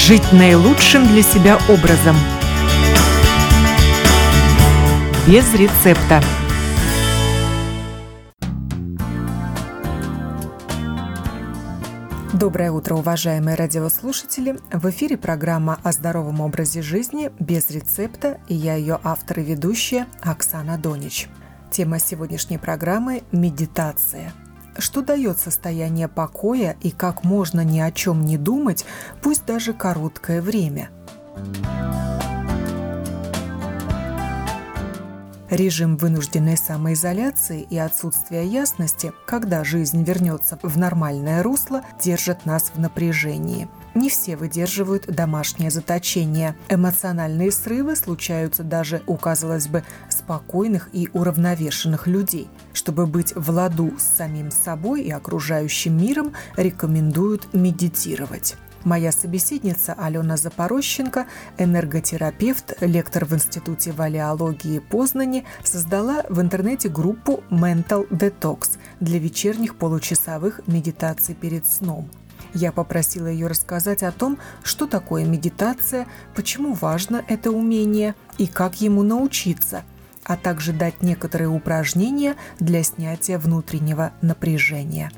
Жить наилучшим для себя образом. Без рецепта. Доброе утро, уважаемые радиослушатели! В эфире программа о здоровом образе жизни без рецепта, и я ее автор и ведущая Оксана Донич. Тема сегодняшней программы – медитация. Что дает состояние покоя и как можно ни о чем не думать, пусть даже короткое время? Режим вынужденной самоизоляции и отсутствие ясности, когда жизнь вернется в нормальное русло, держат нас в напряжении. Не все выдерживают домашнее заточение. Эмоциональные срывы случаются даже у, казалось бы, спокойных и уравновешенных людей. Чтобы быть в ладу с самим собой и окружающим миром, рекомендуют медитировать. Моя собеседница Алена Запорощенко, энерготерапевт, лектор в Институте валеологии Познани, создала в интернете группу Mental Detox для вечерних получасовых медитаций перед сном. Я попросила ее рассказать о том, что такое медитация, почему важно это умение и как ему научиться, а также дать некоторые упражнения для снятия внутреннего напряжения.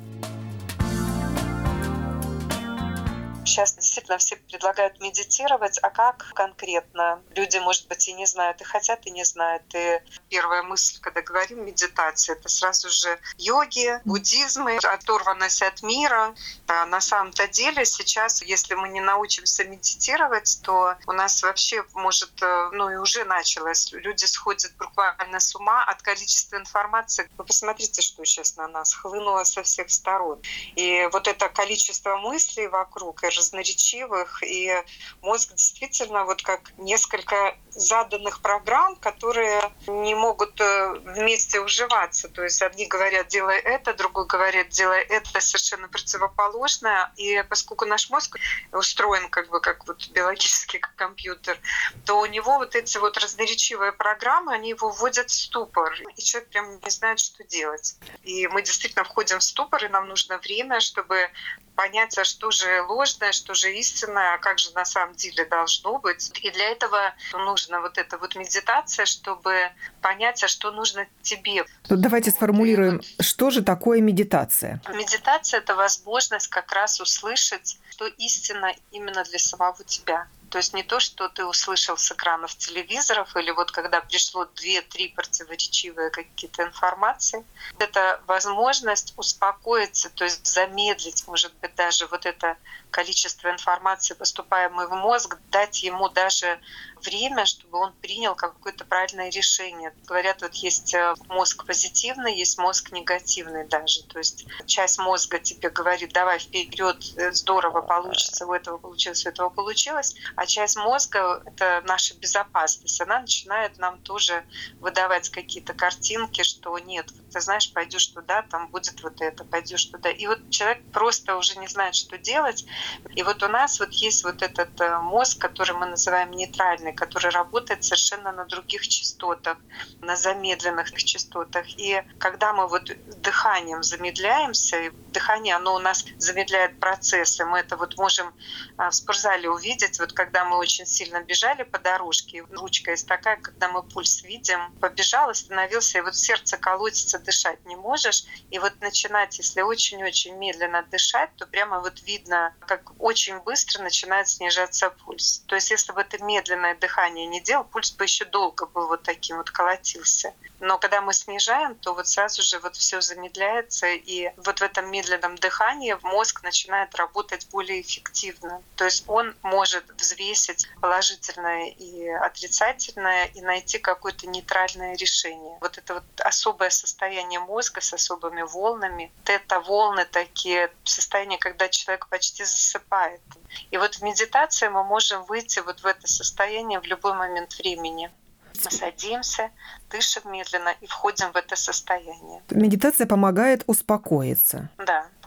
Сейчас действительно все предлагают медитировать, а как конкретно? Люди, может быть, и не знают, и хотят, и не знают. И первая мысль, когда говорим медитация, это сразу же йоги, буддизм, оторванность от мира. А на самом-то деле сейчас, если мы не научимся медитировать, то у нас вообще может, и уже началось, люди сходят буквально с ума от количества информации. Вы посмотрите, что сейчас на нас хлынуло со всех сторон. И вот это количество мыслей вокруг, и разноречивых, и мозг действительно вот как несколько заданных программ, которые не могут вместе уживаться. То есть одни говорят «делай это», другой говорит «делай это», совершенно противоположное. И поскольку наш мозг устроен как вот биологический компьютер, то у него вот эти вот разноречивые программы, они его вводят в ступор. И человек прям не знает, что делать. И мы действительно входим в ступор, и нам нужно время, чтобы понять, а что же ложное, что же истинное, а как же на самом деле должно быть. И для этого нужна вот эта вот медитация, чтобы понять, а что нужно тебе. Давайте сформулируем, что же такое медитация? Медитация — это возможность как раз услышать, что истинно именно для самого тебя. То есть не то, что ты услышал с экранов телевизоров или вот когда пришло 2-3 противоречивые какие-то информации. Это возможность успокоиться, то есть замедлить, может быть, даже вот это количество информации, поступаемой в мозг, дать ему даже время, чтобы он принял какое-то правильное решение. Говорят, вот есть мозг позитивный, есть мозг негативный даже. То есть часть мозга тебе говорит: давай вперед, здорово получится, у этого получилось, у этого получилось. А часть мозга — это наша безопасность. Она начинает нам тоже выдавать какие-то картинки, что нет, ты знаешь, пойдешь туда, там будет вот это, пойдешь туда. И вот человек просто уже не знает, что делать. И вот у нас вот есть вот этот мозг, который мы называем нейтральный, который работает совершенно на других частотах, на замедленных частотах. И когда мы вот дыханием замедляемся, и дыхание, оно у нас замедляет процессы, мы это вот можем в спортзале увидеть, вот когда мы очень сильно бежали по дорожке, ручка есть такая, когда мы пульс видим, побежал, остановился, и вот сердце колотится, дышать не можешь. И вот начинать, если очень-очень медленно дышать, то прямо вот видно, как очень быстро начинает снижаться пульс. То есть если бы это медленное дыхание не делал, пульс бы еще долго был вот таким вот, колотился. Но когда мы снижаем, то вот сразу же вот все замедляется, и вот в этом медленном дыхании мозг начинает работать более эффективно. То есть он может взвесить положительное и отрицательное и найти какое-то нейтральное решение. Вот это вот особое состояние мозга с особыми волнами, тета-волны такие, состояние, когда человек почти засыпает. И вот в медитации мы можем выйти вот в это состояние в любой момент времени. Мы садимся, дышим медленно и входим в это состояние. Медитация помогает успокоиться. Да,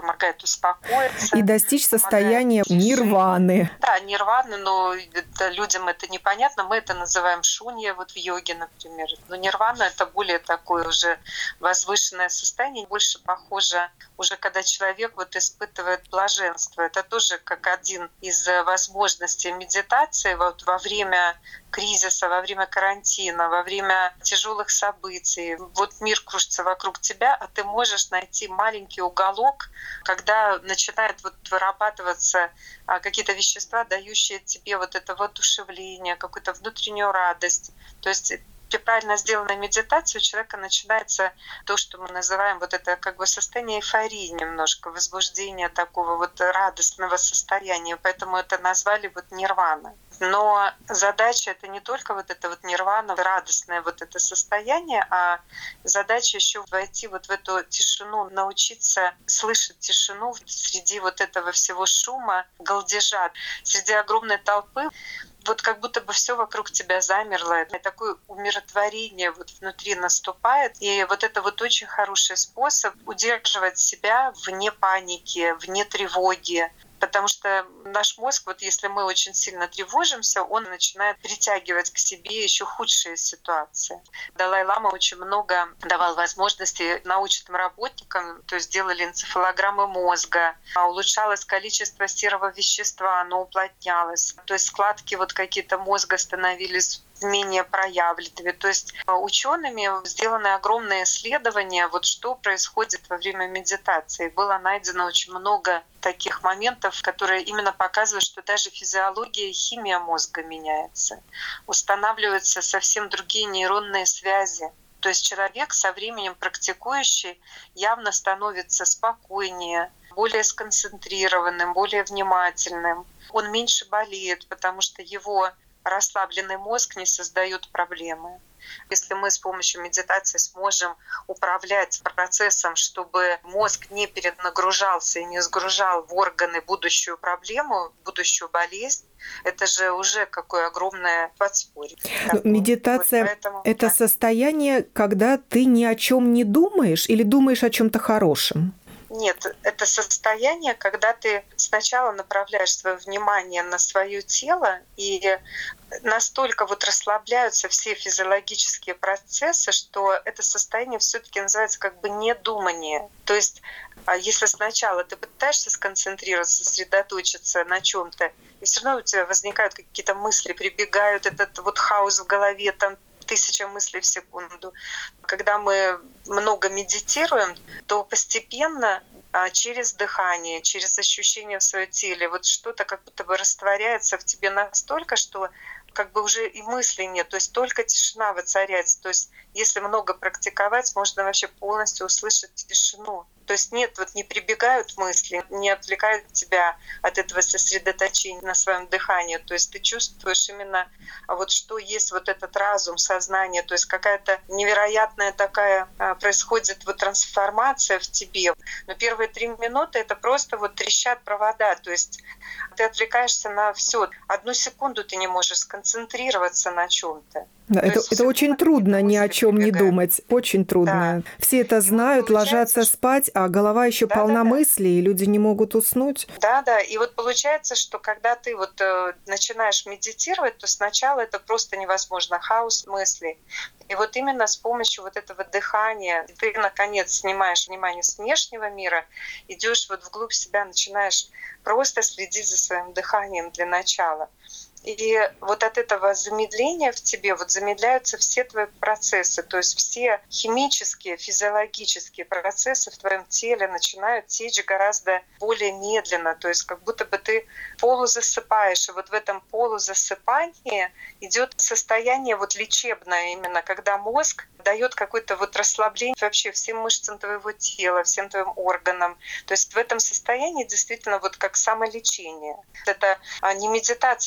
помогает успокоиться. И достичь состояния нирваны. Да, нирваны, но людям это непонятно. Мы это называем шунья вот в йоге, например. Но нирвана — это более такое уже возвышенное состояние, больше похоже уже, когда человек вот испытывает блаженство. Это тоже как один из возможностей медитации вот во время кризиса, во время карантина, во время тяжелых событий. Вот мир кружится вокруг тебя, а ты можешь найти маленький уголок, когда начинает вот вырабатываться какие-то вещества, дающие тебе вот это воодушевление, какую-то внутреннюю радость. То есть при правильно сделанной медитации у человека начинается то, что мы называем вот это как бы состояние эйфории немножко, возбуждение такого вот радостного состояния. Поэтому это назвали вот нирвана. Но задача — это не только вот это вот нирвана, радостное вот это состояние, а задача еще войти вот в эту тишину, научиться слышать тишину среди вот этого всего шума, галдежа, среди огромной толпы. Вот как будто бы все вокруг тебя замерло, и такое умиротворение вот внутри наступает. И вот это вот очень хороший способ удерживать себя вне паники, вне тревоги. Потому что наш мозг, вот если мы очень сильно тревожимся, он начинает притягивать к себе еще худшие ситуации. Далай-лама очень много давал возможностей научным работникам, то есть делали энцефалограммы мозга, улучшалось количество серого вещества, оно уплотнялось, то есть складки вот какие-то мозга становились менее проявленными. То есть учеными сделаны огромные исследования, вот что происходит во время медитации. Было найдено очень много таких моментов, которые именно показывают, что даже физиология и химия мозга меняется. Устанавливаются совсем другие нейронные связи. То есть человек со временем практикующий явно становится спокойнее, более сконцентрированным, более внимательным. Он меньше болеет, потому что его расслабленный мозг не создает проблемы. Если мы с помощью медитации сможем управлять процессом, чтобы мозг не перенагружался и не сгружал в органы будущую проблему, будущую болезнь, это же уже какое огромное подспорье. Медитация — вот поэтому, это состояние, когда ты ни о чем не думаешь или думаешь о чем-то хорошем? Нет, это состояние, когда ты сначала направляешь свое внимание на свое тело, и настолько вот расслабляются все физиологические процессы, что это состояние все-таки называется как бы недумание. То есть, если сначала ты пытаешься сконцентрироваться, сосредоточиться на чем-то, и все равно у тебя возникают какие-то мысли, прибегают этот вот хаос в голове, там 1000 мыслей в секунду. Когда мы много медитируем, то постепенно через дыхание, через ощущение в своем теле, вот что-то как будто бы растворяется в тебе настолько, что как бы уже и мыслей нет, то есть только тишина воцаряется. То есть если много практиковать, можно вообще полностью услышать тишину. То есть нет, вот не прибегают мысли, не отвлекают тебя от этого сосредоточения на своем дыхании. То есть ты чувствуешь именно вот что есть вот этот разум, сознание. То есть какая-то невероятная такая происходит вот трансформация в тебе. Но первые 3 минуты это просто вот трещат провода. То есть ты отвлекаешься на все. 1 секунду ты не можешь сконцентрироваться на чем-то. Да, это очень трудно ни о чем не думать. Очень трудно. Да. Все это знают, ложатся спать, а голова еще полна мыслей, и люди не могут уснуть. Да. И вот получается, что когда ты вот начинаешь медитировать, то сначала это просто невозможно, хаос мыслей. И вот именно с помощью вот этого дыхания ты, наконец, снимаешь внимание с внешнего мира, идешь вот вглубь себя, начинаешь просто следить за своим дыханием для начала. И вот от этого замедления в тебе вот замедляются все твои процессы, то есть все химические, физиологические процессы в твоем теле начинают течь гораздо более медленно, то есть как будто бы ты полузасыпаешь. И вот в этом полузасыпании идет состояние вот лечебное именно, когда мозг дает какое-то вот расслабление вообще всем мышцам твоего тела, всем твоим органам. То есть в этом состоянии действительно вот как самолечение. Это не медитация, если ты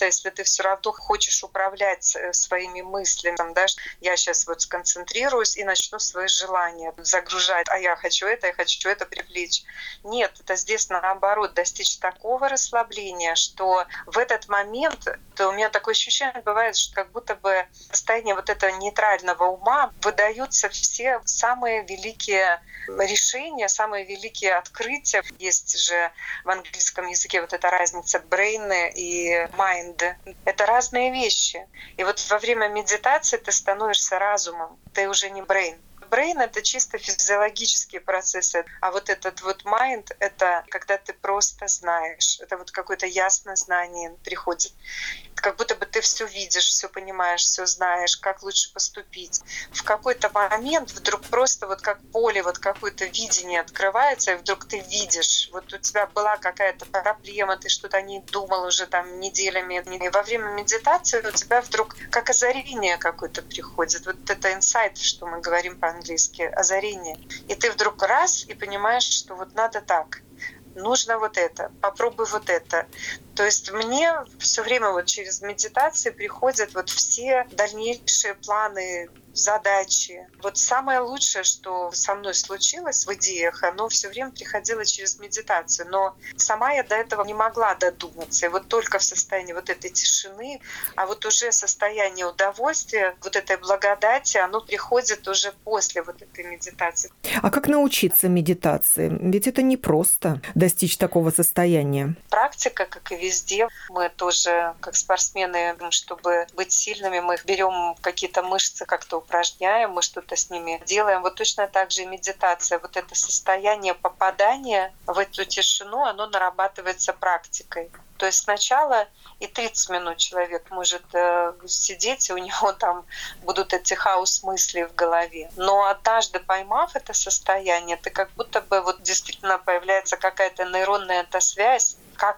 ты все равно хочешь управлять своими мыслями. Да? Я сейчас вот сконцентрируюсь и начну свои желания загружать. А я хочу это привлечь. Нет, это здесь наоборот, достичь такого расслабления, что в этот момент у меня такое ощущение бывает, что как будто бы в состоянии вот этого нейтрального ума выдаются все самые великие решения, самые великие открытия. Есть же в английском языке вот эта разница brain и mind. Это разные вещи. И вот во время медитации ты становишься разумом, ты уже не brain. Brain — это чисто физиологические процессы, а вот этот вот mind — это когда ты просто знаешь. Это вот какое-то ясное знание приходит. Как будто бы ты все видишь, все понимаешь, все знаешь, как лучше поступить. В какой-то момент вдруг просто вот как поле, вот какое-то видение открывается, и вдруг ты видишь, вот у тебя была какая-то проблема, ты что-то о ней думал уже там неделями. И во время медитации у тебя вдруг как озарение какое-то приходит. Вот это инсайт, что мы говорим по-английски, озарение. И ты вдруг раз и понимаешь, что вот надо так. Нужно вот это, попробуй вот это. То есть мне все время вот через медитации приходят вот все дальнейшие планы, задачи. Вот самое лучшее, что со мной случилось в идеях, оно все время приходило через медитацию. Но сама я до этого не могла додуматься. И вот только в состоянии вот этой тишины, а вот уже состояние удовольствия, вот этой благодати, оно приходит уже после вот этой медитации. А как научиться медитации? Ведь это непросто достичь такого состояния. Практика, как и везде, мы тоже, как спортсмены, чтобы быть сильными, мы их берем какие-то мышцы, как-то упражняем, мы что-то с ними делаем. Вот точно так же и медитация. Вот это состояние попадания в эту тишину, оно нарабатывается практикой. То есть сначала и 30 минут человек может сидеть, и у него там будут эти хаос-мысли в голове. Но однажды поймав это состояние, ты как будто бы вот действительно появляется какая-то нейронная эта связь,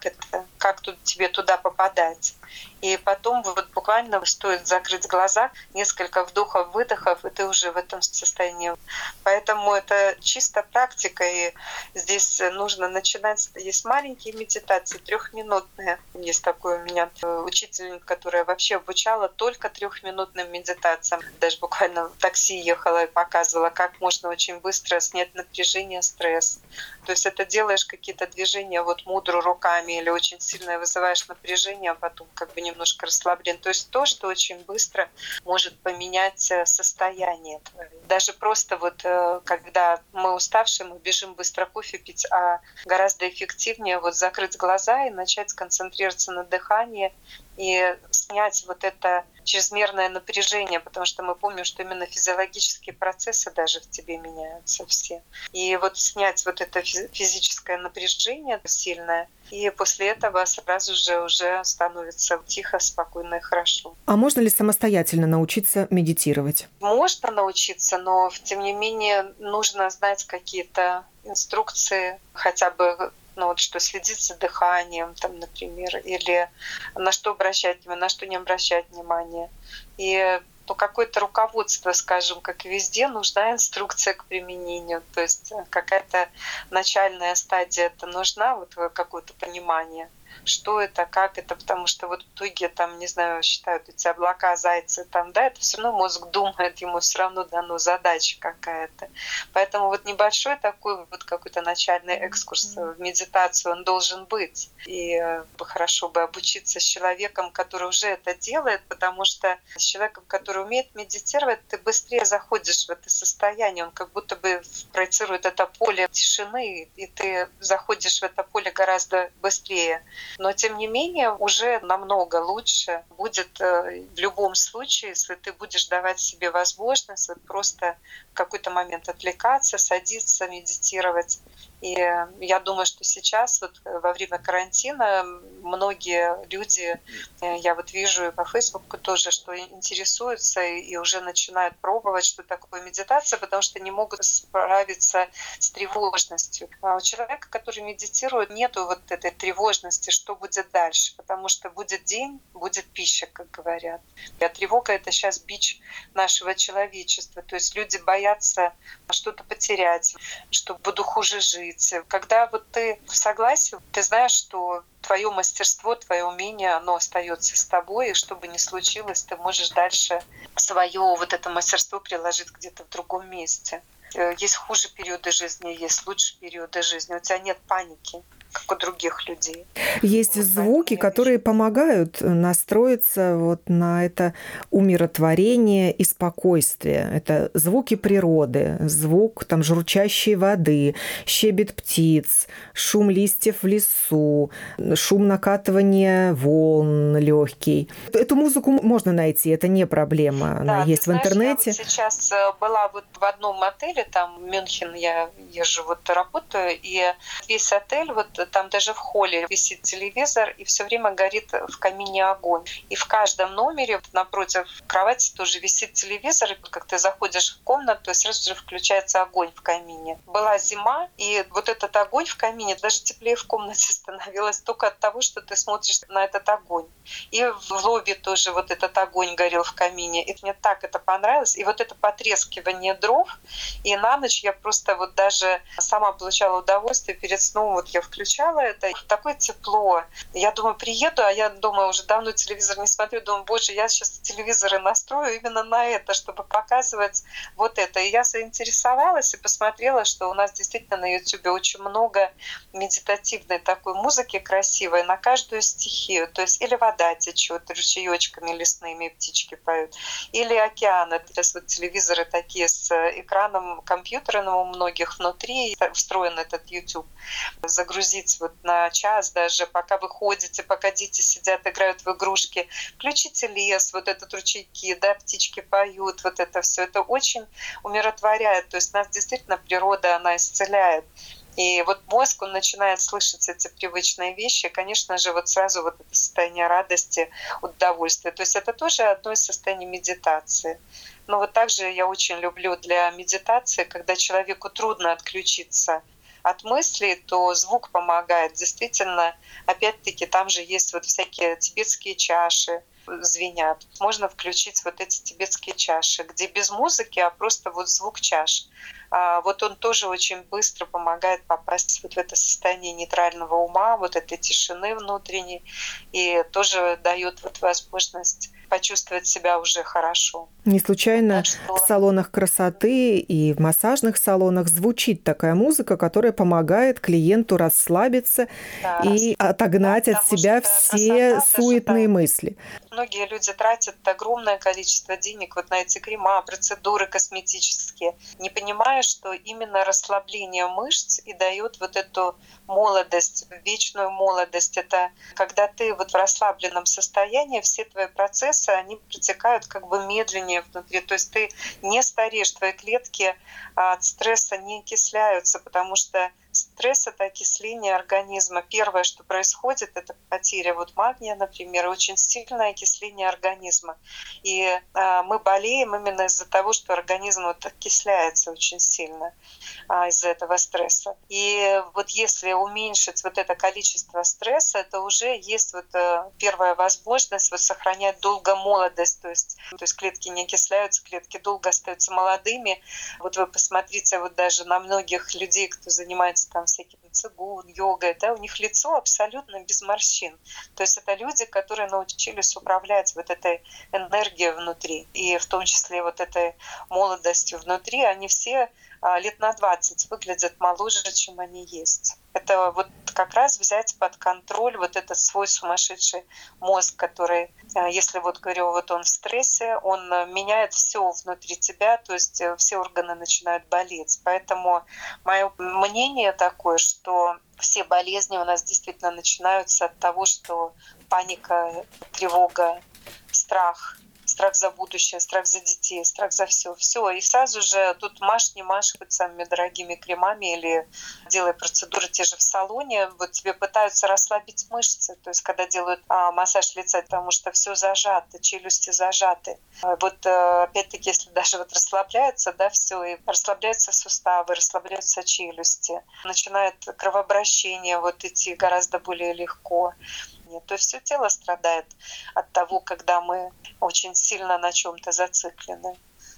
как тут тебе туда попадать. И потом вот буквально стоит закрыть глаза, несколько вдохов-выдохов, и ты уже в этом состоянии. Поэтому это чисто практика, и здесь нужно начинать. Есть маленькие медитации, 3-минутные. Есть такой у меня учитель, которая вообще обучала только 3-минутным медитациям. Даже буквально в такси ехала и показывала, как можно очень быстро снять напряжение, стресс. То есть это делаешь какие-то движения вот мудро руками или очень сильно вызываешь напряжение, а потом как бы немножко расслаблен. То есть то, что очень быстро может поменять состояние твое. Даже просто вот когда мы уставшие, мы бежим быстро кофе пить, а гораздо эффективнее вот закрыть глаза и начать сконцентрироваться на дыхании и снять вот это чрезмерное напряжение, потому что мы помним, что именно физиологические процессы даже в тебе меняются все. И вот снять вот это физическое напряжение сильное, и после этого сразу же уже становится тихо, спокойно и хорошо. А можно ли самостоятельно научиться медитировать? Можно научиться, но тем не менее нужно знать какие-то инструкции, хотя бы что следить за дыханием, там, например, или на что обращать внимание, на что не обращать внимания. И какое-то руководство, скажем, как и везде, нужна инструкция к применению. То есть какая-то начальная стадия это нужна, вот какое-то понимание, что это, как это, потому что вот в итоге там, не знаю, считают эти облака, зайцы там, да, это все равно мозг думает, ему все равно дано задача какая-то. Поэтому вот небольшой такой вот какой-то начальный экскурс в медитацию, он должен быть. И хорошо бы обучиться с человеком, который уже это делает, потому что с человеком, который умеет медитировать, ты быстрее заходишь в это состояние, он как будто бы проецирует это поле тишины, и ты заходишь в это поле гораздо быстрее. Но тем не менее уже намного лучше будет в любом случае, если ты будешь давать себе возможность вот просто в какой-то момент отвлекаться, садиться, медитировать. И я думаю, что сейчас вот во время карантина многие люди, я вот вижу и по Фейсбуку тоже, что интересуются и уже начинают пробовать, что такое медитация, потому что не могут справиться с тревожностью. А у человека, который медитирует, нету вот этой тревожности, что будет дальше, потому что будет день, будет пища, как говорят. А тревога — это сейчас бич нашего человечества. То есть люди боятся бояться что-то потерять, что буду хуже жить. Когда вот ты в согласии, ты знаешь, что твое мастерство, твое умение, оно остается с тобой, и что бы ни случилось, ты можешь дальше свое вот это мастерство приложить где-то в другом месте. Есть хуже периоды жизни, есть лучшие периоды жизни. У тебя нет паники, как у других людей. Есть Вот звуки, которые помогают настроиться вот на это умиротворение и спокойствие. Это звуки природы, звук там журчащей воды, щебет птиц, шум листьев в лесу, шум накатывания волн легкий. Эту музыку можно найти, это не проблема. Она есть в интернете. Я вот сейчас была вот в одном отеле, там в Мюнхен я езжу, вот работаю, и весь отель, вот там даже в холле висит телевизор, и все время горит в камине огонь. И в каждом номере напротив кровати тоже висит телевизор, и как ты заходишь в комнату, и сразу же включается огонь в камине. Была зима, и вот этот огонь в камине, даже теплее в комнате становилось только от того, что ты смотришь на этот огонь. И в лобби тоже вот этот огонь горел в камине. И мне так это понравилось. И вот это потрескивание дров. И на ночь я просто вот даже сама получала удовольствие. Перед сном вот я включала это. Такое тепло. Я думаю, приеду, а я думаю, уже давно телевизор не смотрю. Думаю, боже, я сейчас телевизоры настрою именно на это, чтобы показывать вот это. И я заинтересовалась и посмотрела, что у нас действительно на YouTube очень много медитативной такой музыки красивой на каждую стихию. То есть или вода течет ручеёчками лесными, птички поют, или океан. Это сейчас вот телевизоры такие с экраном компьютерным у многих внутри, встроен этот YouTube. Загрузить вот на час даже, пока вы ходите, пока дети сидят, играют в игрушки. Включите лес, вот этот ручейки, да, птички поют, вот это все. Это очень умиротворяет. То есть нас действительно природа, она исцеляет. И вот мозг, он начинает слышать эти привычные вещи, конечно же, вот сразу вот это состояние радости, удовольствия. То есть это тоже одно из состояний медитации. Но вот также я очень люблю для медитации, когда человеку трудно отключиться от мыслей, то звук помогает. Действительно, опять-таки, там же есть вот всякие тибетские чаши, звенят. Можно включить вот эти тибетские чаши, где без музыки, а просто вот звук чаш. Вот он тоже очень быстро помогает попасть вот в это состояние нейтрального ума, вот этой тишины внутренней, и тоже дает вот возможность почувствовать себя уже хорошо. Не случайно в салонах красоты и в массажных салонах звучит такая музыка, которая помогает клиенту расслабиться и отогнать от себя все суетные мысли. Многие люди тратят огромное количество денег вот на эти крема, процедуры косметические, не понимая, что именно расслабление мышц и дает вот эту молодость, вечную молодость. Это когда ты вот в расслабленном состоянии, все твои процессы, они протекают как бы медленнее внутри. То есть ты не стареешь, твои клетки от стресса не окисляются, потому что стресс — это окисление организма. Первое, что происходит, это потеря вот магния, например, очень сильное окисление организма. И мы болеем именно из-за того, что организм вот окисляется очень сильно из-за этого стресса. И вот если уменьшить вот это количество стресса, это уже есть вот первая возможность вот сохранять долго молодость. То есть клетки не окисляются, клетки долго остаются молодыми. Вот вы посмотрите вот даже на многих людей, кто занимается там всяким цигун, йогой, да, у них лицо абсолютно без морщин. То есть это люди, которые научились управлять вот этой энергией внутри, и в том числе вот этой молодостью внутри, они все лет на 20 выглядят моложе, чем они есть. Это вот как раз взять под контроль вот этот свой сумасшедший мозг, который, если вот говорю, вот он в стрессе, он меняет все внутри тебя, то есть все органы начинают болеть. Поэтому мое мнение такое, что все болезни у нас действительно начинаются от того, что паника, тревога, страх за будущее, страх за детей, страх за все. И сразу же тут машь, не машь хоть самыми дорогими кремами или делая процедуры те же в салоне, вот тебе пытаются расслабить мышцы. То есть когда делают массаж лица, потому что все зажато, челюсти зажаты. Вот опять-таки, если даже вот расслабляются, да, все, и расслабляются суставы, расслабляются челюсти, начинает кровообращение вот идти гораздо более легко. То есть все тело страдает от того, когда мы очень сильно на чем-то зациклены.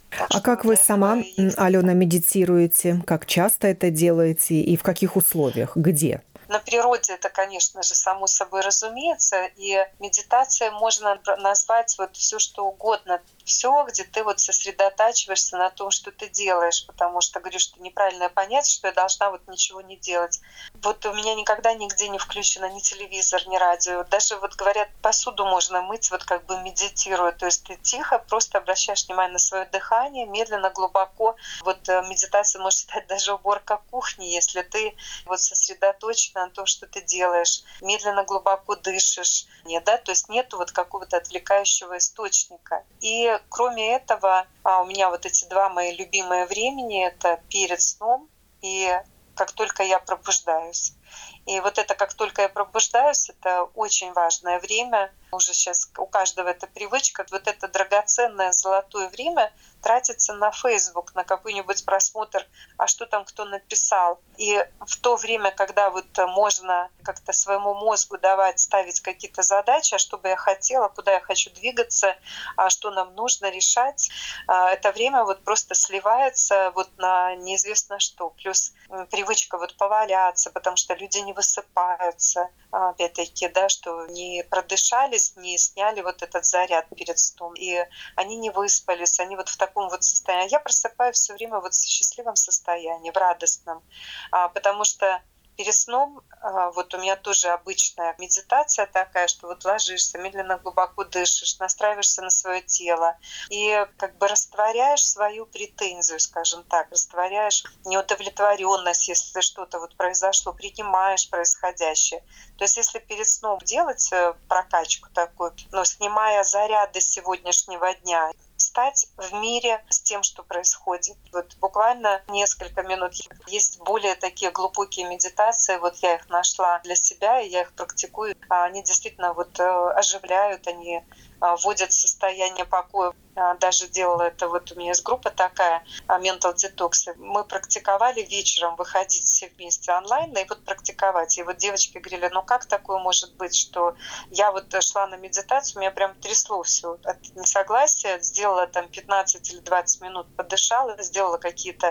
Так А что как вот вы для этого сама, и есть. Алена, медитируете? Как часто это делаете и в каких условиях? Где? На природе это, конечно же, само собой разумеется, и медитация можно назвать вот все что угодно, все, где ты вот сосредотачиваешься на том, что ты делаешь, потому что, говорю, что неправильное понятие, что я должна вот ничего не делать. Вот у меня никогда нигде не включено ни телевизор, ни радио. Даже вот говорят, посуду можно мыть, вот как бы медитируя. То есть ты тихо просто обращаешь внимание на свое дыхание, медленно, глубоко. Вот медитация может стать даже уборка кухни, если ты вот сосредоточена на том, что ты делаешь, медленно, глубоко дышишь, нет, да, то есть нету вот какого-то отвлекающего источника. И кроме этого, у меня вот эти два мои любимые времени — это перед сном и как только я пробуждаюсь. И вот это как только я пробуждаюсь, это очень важное время. Уже сейчас у каждого эта привычка. Вот это драгоценное золотое время тратится на Facebook, на какой-нибудь просмотр, а что там кто написал. И в то время, когда вот можно как-то своему мозгу давать, ставить какие-то задачи, а что бы я хотела, куда я хочу двигаться, а что нам нужно решать, это время вот просто сливается вот на неизвестно что. Плюс привычка вот поваляться, потому что люди не высыпаются, опять-таки, да, что не продышались, не сняли вот этот заряд перед сном, и они не выспались, они вот в таком вот состоянии. Я просыпаюсь все время вот в счастливом состоянии, в радостном, потому что перед сном вот у меня тоже обычная медитация такая, что вот ложишься, медленно, глубоко дышишь, настраиваешься на свое тело и как бы растворяешь свою претензию, скажем так, растворяешь неудовлетворенность, если что-то вот произошло, принимаешь происходящее. То есть если перед сном делать прокачку такую, но снимая заряды сегодняшнего дня, стать в мире с тем, что происходит. Вот буквально несколько минут. Есть более такие глубокие медитации, вот я их нашла для себя, и я их практикую. Они действительно вот оживляют, они вводят в состояние покоя. Даже делала это, вот у меня есть группа такая, Mental Detox. Мы практиковали вечером выходить все вместе онлайн и вот практиковать. И вот девочки говорили, ну как такое может быть, что я вот шла на медитацию, меня прям трясло все от несогласия, сделала там 15 или 20 минут, подышала, сделала какие-то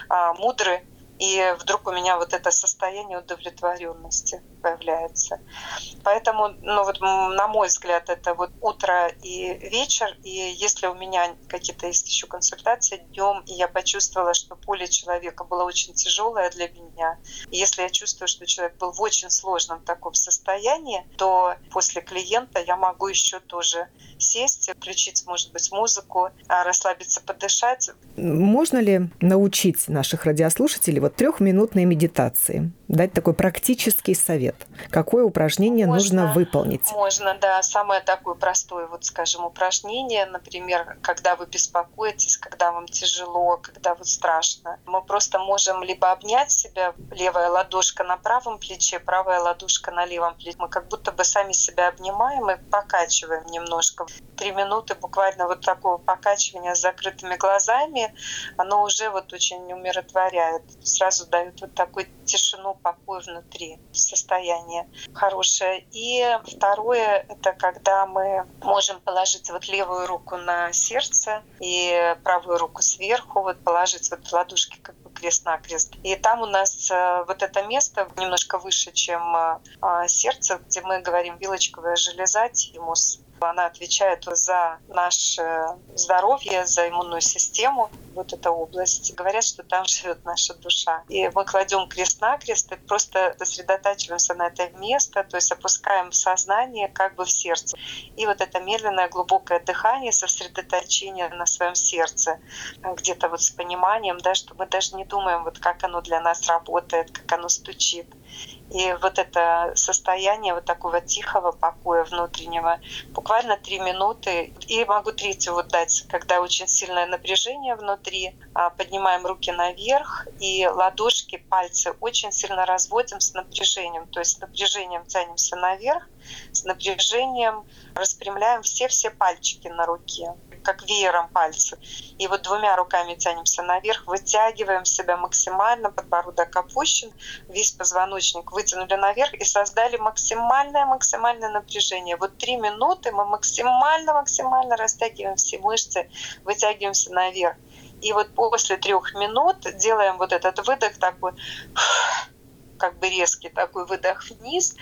мудры, и вдруг у меня вот это состояние удовлетворенности появляется. Поэтому, ну вот, на мой взгляд, это вот утро и вечер. И если у меня какие-то есть еще консультации днем, и я почувствовала, что поле человека было очень тяжелое для меня, и если я чувствую, что человек был в очень сложном таком состоянии, то после клиента я могу еще тоже сесть, включить, может быть, музыку, расслабиться, подышать. Можно ли научить наших радиослушателей вот 3-минутной медитации? Дать такой практический совет. Какое упражнение нужно выполнить? Можно, да. Самое такое простое, вот скажем, упражнение, например, когда вы беспокоитесь, когда вам тяжело, когда вот страшно. Мы просто можем либо обнять себя, левая ладошка на правом плече, правая ладошка на левом плече. Мы как будто бы сами себя обнимаем и покачиваем немножко. 3 минуты буквально вот такого покачивания с закрытыми глазами, оно уже вот очень умиротворяет. Сразу дает вот такую тишину, покой внутри, состояние хорошее. И второе — это когда мы можем положить вот левую руку на сердце и правую руку сверху, вот положить вот ладошки как бы крест-накрест. И там у нас вот это место немножко выше, чем сердце, где мы говорим вилочковая железа, тимус. Она отвечает за наше здоровье, за иммунную систему, вот эта область. Говорят, что там живет наша душа. И мы кладем крест-накрест и просто сосредотачиваемся на это место, то есть опускаем сознание как бы в сердце. И вот это медленное глубокое дыхание, сосредоточение на своем сердце, где-то вот с пониманием, да, что мы даже не думаем, вот как оно для нас работает, как оно стучит. И вот это состояние вот такого тихого покоя внутреннего, буквально 3 минуты. И могу третью вот дать, когда очень сильное напряжение внутри. Поднимаем руки наверх и ладошки, пальцы очень сильно разводим с напряжением. То есть с напряжением тянемся наверх, с напряжением распрямляем все пальчики на руке. как веером пальцы. И вот двумя руками тянемся наверх, вытягиваем себя максимально, подбородок опущен, весь позвоночник вытянули наверх и создали максимальное напряжение. Вот 3 минуты мы максимально растягиваем все мышцы, вытягиваемся наверх. И вот после 3 минут делаем вот этот выдох такой, как бы резкий такой выдох вниз.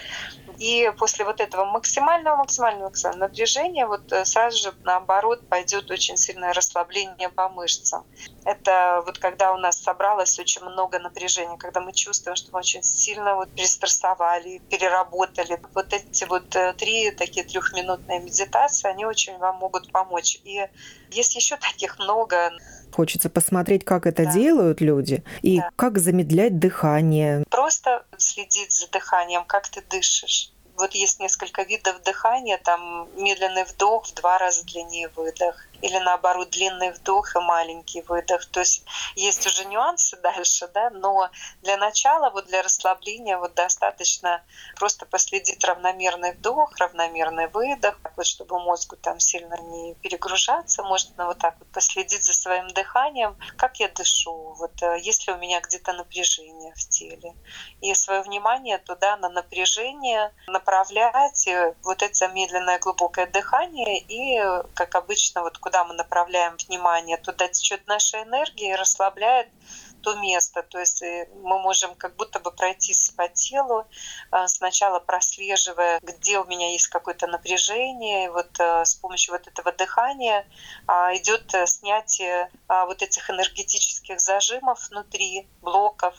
И после вот этого максимального напряжения вот сразу же наоборот пойдет очень сильное расслабление по мышцам. Это вот когда у нас собралось очень много напряжения, когда мы чувствуем, что мы очень сильно вот перестрессовали, переработали. Вот эти вот 3 такие 3-минутные медитации, они очень вам могут помочь. И есть еще таких много. Хочется посмотреть, как это делают люди, и как замедлять дыхание. Просто следить за дыханием, как ты дышишь. Вот есть несколько видов дыхания, там медленный вдох, в 2 раза длиннее выдох. Или наоборот, длинный вдох и маленький выдох. То есть есть уже нюансы дальше, да, но для начала, вот для расслабления вот достаточно просто последить равномерный вдох, равномерный выдох, вот чтобы мозгу там сильно не перегружаться. Можно вот так вот последить за своим дыханием, как я дышу, вот есть ли у меня где-то напряжение в теле. И свое внимание туда на напряжение направлять, и вот это медленное глубокое дыхание, и, как обычно, вот куда мы направляем внимание, туда течет наша энергия и расслабляет то место. То есть мы можем как будто бы пройтись по телу, сначала прослеживая, где у меня есть какое-то напряжение. И вот с помощью вот этого дыхания идет снятие вот этих энергетических зажимов внутри, блоков.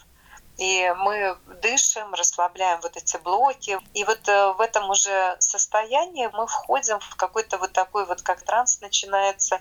И мы дышим, расслабляем вот эти блоки. И вот в этом уже состоянии мы входим в какой-то вот такой вот, как транс начинается,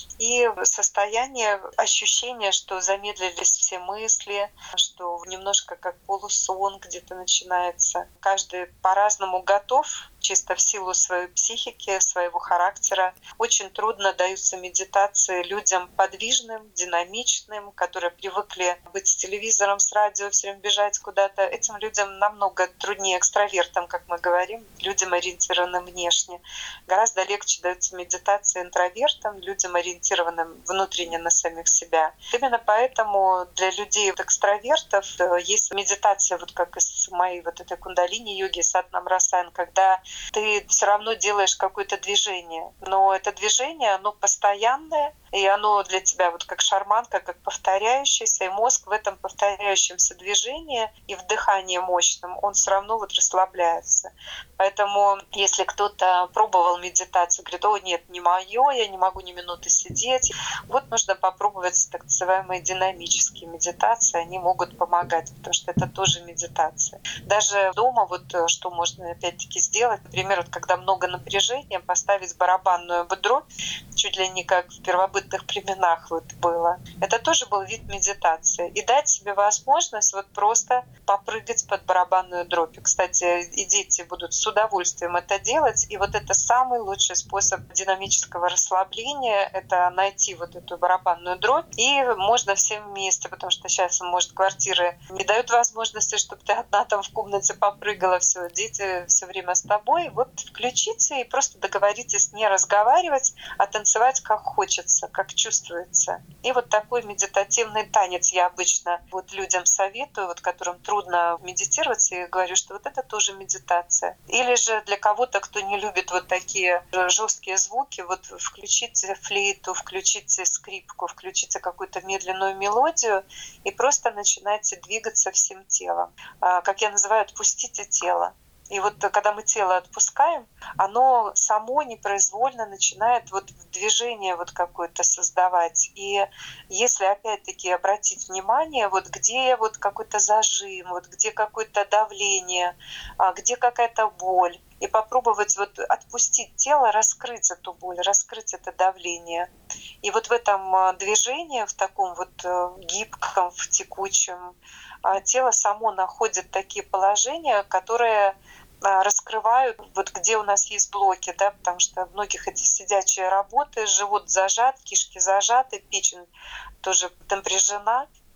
и состояние ощущения, что замедлились все мысли, что немножко как полусон где-то начинается. Каждый по-разному готов, чисто в силу своей психики, своего характера. Очень трудно даются медитации людям подвижным, динамичным, которые привыкли быть с телевизором, с радио, все время бежать куда-то. Этим людям намного труднее, экстравертам, как мы говорим, людям, ориентированным внешне. Гораздо легче даются медитации интровертам, людям, ориентированным внутренне на самих себя. Именно поэтому для людей экстравертов есть медитация, вот как из моей вот этой кундалини-йоги, сатнам-расаян, когда ты все равно делаешь какое-то движение. Но это движение, оно постоянное, и оно для тебя вот как шарманка, как повторяющееся, и мозг в этом повторяющемся движении и в дыхании мощном, он все равно вот расслабляется. Поэтому если кто-то пробовал медитацию, говорит: о, нет, не моё, я не могу ни минуты сидеть, вот нужно попробовать так называемые динамические медитации, они могут помогать, потому что это тоже медитация. Даже дома вот что можно опять-таки сделать, например, вот когда много напряжения, поставить барабанную дробь, чуть ли не как в первобытных племенах вот было. Это тоже был вид медитации. И дать себе возможность вот просто попрыгать под барабанную дробь. И, кстати, и дети будут с удовольствием это делать. И вот это самый лучший способ динамического расслабления — это найти вот эту барабанную дробь. И можно всем вместе, потому что сейчас, может, квартиры не дают возможности, чтобы ты одна там в комнате попрыгала. Все, дети все время с тобой. Вот включите и просто договоритесь не разговаривать, а танцевать как хочется, как чувствуется. И вот такой медитативный танец я обычно вот людям советую, вот которым трудно медитировать, и говорю, что вот это тоже медитация. Или же для кого-то, кто не любит вот такие жесткие звуки, вот включите флейту, включите скрипку, включите какую-то медленную мелодию и просто начинайте двигаться всем телом. Как я называю, отпустите тело. И вот когда мы тело отпускаем, оно само непроизвольно начинает вот движение вот какое-то создавать. И если опять-таки обратить внимание, вот где вот какой-то зажим, вот где какое-то давление, где какая-то боль, и попробовать вот отпустить тело, раскрыть эту боль, раскрыть это давление. И вот в этом движении, в таком вот гибком, в текучем, тело само находит такие положения, которые раскрывают, вот где у нас есть блоки, да, потому что у многих эти сидячие работы, живот зажат, кишки зажаты, печень тоже напряжена.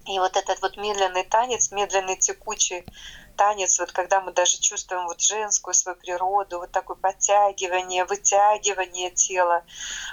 И вот этот вот медленный танец, медленный текучий танец, вот когда мы даже чувствуем вот женскую свою природу, вот такое подтягивание, вытягивание тела,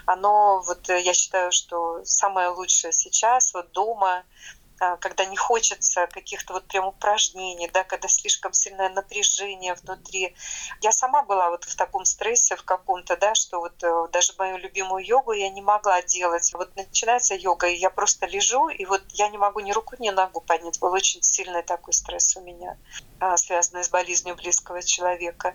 оно вот я считаю, что самое лучшее сейчас вот дома, когда не хочется каких-то вот прям упражнений, да, когда слишком сильное напряжение внутри. Я сама была вот в таком стрессе в каком-то, да, что вот даже мою любимую йогу я не могла делать. Вот начинается йога, и я просто лежу, и вот я не могу ни руку, ни ногу поднять. Был очень сильный такой стресс у меня, связанный с болезнью близкого человека.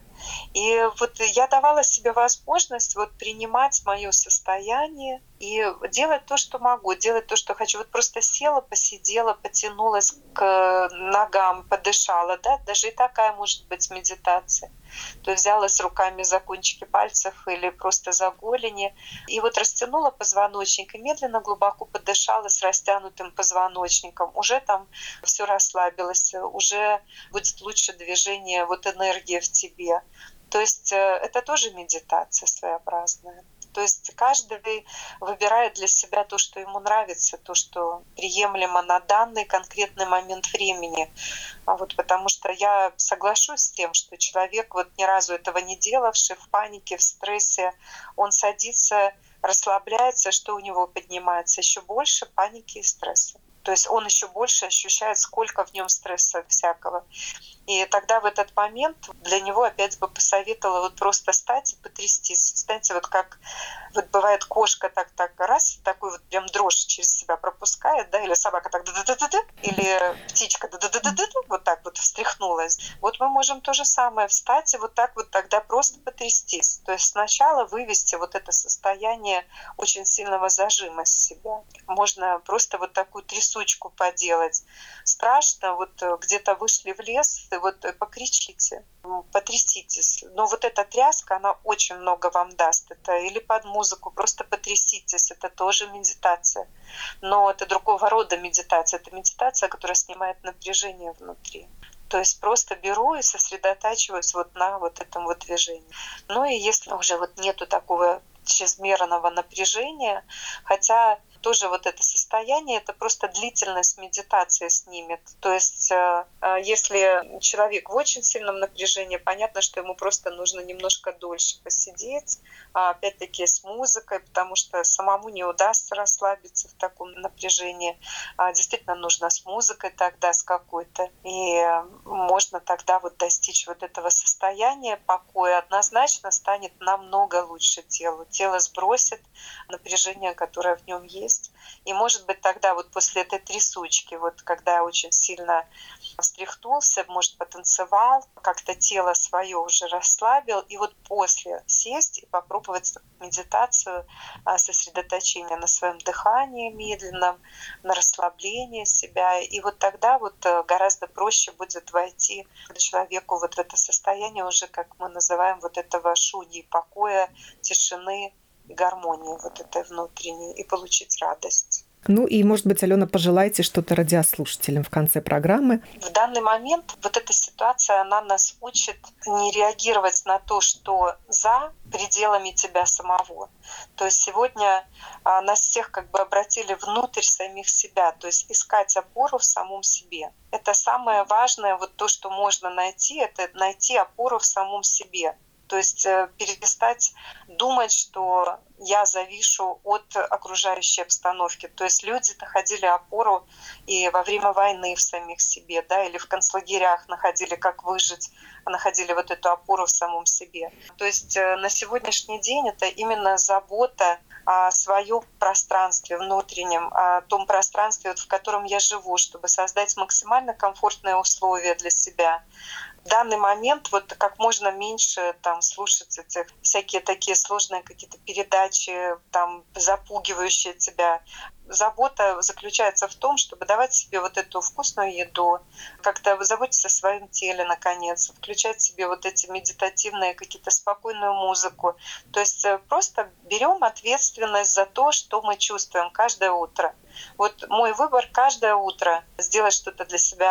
И вот я давала себе возможность вот принимать мое состояние и делать то, что могу, делать то, что хочу. Вот просто села, посидела, потянулась к ногам, подышала, да, даже и такая может быть медитация. То есть взялась руками за кончики пальцев или просто за голени, и вот растянула позвоночник, и медленно, глубоко подышала с растянутым позвоночником. Уже там все расслабилось, уже будет лучше движение, вот энергия в тебе. То есть это тоже медитация своеобразная. То есть каждый выбирает для себя то, что ему нравится, то, что приемлемо на данный конкретный момент времени. Вот потому что я соглашусь с тем, что человек, вот ни разу этого не делавший, в панике, в стрессе, он садится, расслабляется, что у него поднимается еще больше паники и стресса. То есть он еще больше ощущает, сколько в нем стресса всякого. И тогда в этот момент для него опять бы посоветовала вот просто встать и потрястись. Знаете, вот как вот бывает кошка так раз, такой вот прям дрожь через себя пропускает, да, или собака так да-да-да-да, или птичка да-да-да-да, вот так вот встряхнулась. Вот мы можем то же самое встать и вот так вот тогда просто потрястись. То есть сначала вывести вот это состояние очень сильного зажима с себя. Можно просто вот такую трясучку поделать. Страшно, вот где-то вышли в лес, и вот покричите, потряситесь. Но вот эта тряска, она очень много вам даст. Это или под музыку, просто потряситесь, это тоже медитация. Но это другого рода медитация. Это медитация, которая снимает напряжение внутри. То есть просто беру и сосредотачиваюсь вот на вот этом вот движении. Ну и если уже вот нету такого чрезмерного напряжения, хотя тоже вот это состояние, это просто длительность медитации снимет. То есть если человек в очень сильном напряжении, понятно, что ему просто нужно немножко дольше посидеть, опять-таки с музыкой, потому что самому не удастся расслабиться в таком напряжении. Действительно нужно с музыкой тогда, с какой-то. И можно тогда вот достичь вот этого состояния покоя. Однозначно станет намного лучше телу. Тело сбросит напряжение, которое в нем есть. И, может быть, тогда вот после этой трясучки, вот когда очень сильно встряхнулся, может, потанцевал, как-то тело свое уже расслабил, и вот после сесть и попробовать медитацию, сосредоточение на своем дыхании медленном, на расслаблении себя. И вот тогда вот гораздо проще будет войти человеку вот в это состояние уже, как мы называем, вот этого шуньи, покоя, тишины, гармонии вот этой внутренней и получить радость. Ну и, может быть, Алена, пожелайте что-то радиослушателям в конце программы. В данный момент вот эта ситуация, она нас учит не реагировать на то, что за пределами тебя самого. То есть сегодня нас всех как бы обратили внутрь самих себя, то есть искать опору в самом себе. Это самое важное, вот то, что можно найти, это найти опору в самом себе. То есть перестать думать, что я завишу от окружающей обстановки. То есть люди находили опору и во время войны в самих себе, да, или в концлагерях находили, как выжить, находили вот эту опору в самом себе. То есть на сегодняшний день это именно забота о своем пространстве внутреннем, о том пространстве, в котором я живу, чтобы создать максимально комфортные условия для себя. В данный момент вот как можно меньше там слушать этих всякие такие сложные какие-то передачи, там запугивающие тебя. Забота заключается в том, чтобы давать себе вот эту вкусную еду, как-то заботиться о своем теле, наконец, включать себе вот эти медитативные какие-то спокойную музыку. То есть просто берем ответственность за то, что мы чувствуем каждое утро. Вот мой выбор каждое утро сделать что-то для себя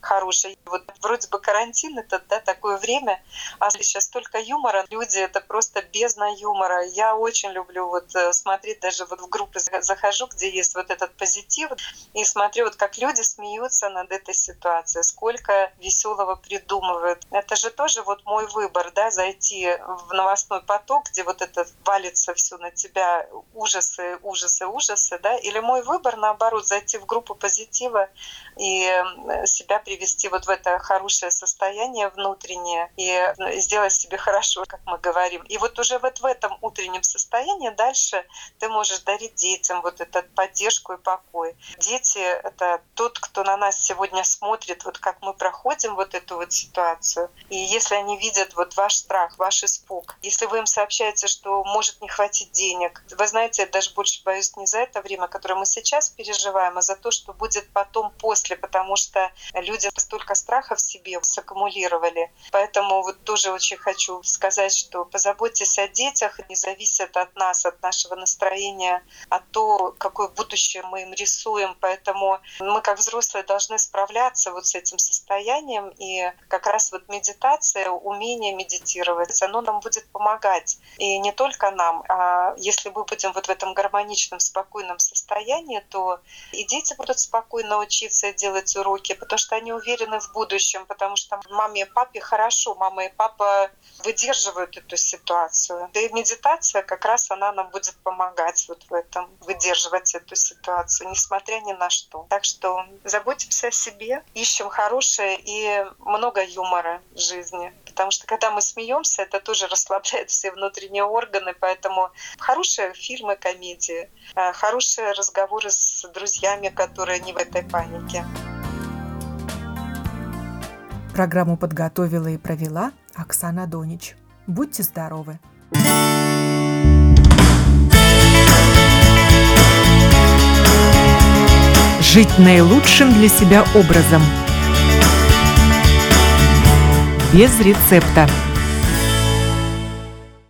хороший. Вот вроде бы карантин — это, да, такое время, а сейчас столько юмора, люди — это просто бездна юмора. Я очень люблю вот смотреть, даже вот в группы захожу, где есть вот этот позитив, и смотрю, вот как люди смеются над этой ситуацией, сколько веселого придумывают. Это же тоже вот мой выбор, да, зайти в новостной поток, где вот это валится все на тебя, ужасы, ужасы, ужасы, да, или мой выбор, наоборот, зайти в группу позитива и себя привести вот в это хорошее состояние внутреннее и сделать себе хорошо, как мы говорим. И вот уже вот в этом утреннем состоянии дальше ты можешь дарить детям вот эту поддержку и покой. Дети — это тот, кто на нас сегодня смотрит, вот как мы проходим вот эту вот ситуацию. И если они видят вот ваш страх, ваш испуг, если вы им сообщаете, что может не хватить денег, вы знаете, я даже больше боюсь не за это время, которое мы сейчас переживаем, а за то, что будет потом после, потому что люди столько страха в себе саккумулировали. Поэтому вот тоже очень хочу сказать, что позаботьтесь о детях, не зависит от нас, от нашего настроения, от того, какое будущее мы им рисуем. Поэтому мы, как взрослые, должны справляться вот с этим состоянием. И как раз вот медитация, умение медитировать, оно нам будет помогать. И не только нам, а если мы будем вот в этом гармоничном, спокойном состоянии, то и дети будут спокойно учиться делать уроки, потому что они уверены в будущем, потому что маме и папе хорошо, мама и папа выдерживают эту ситуацию. Да и медитация как раз она нам будет помогать вот в этом, выдерживать эту ситуацию, несмотря ни на что. Так что заботимся о себе, ищем хорошее и много юмора в жизни. Потому что когда мы смеемся, это тоже расслабляет все внутренние органы, поэтому хорошие фильмы, комедии, хорошие разговоры с друзьями, которые не в этой панике. Программу подготовила и провела Оксана Донич. Будьте здоровы! Жить наилучшим для себя образом. Без рецепта.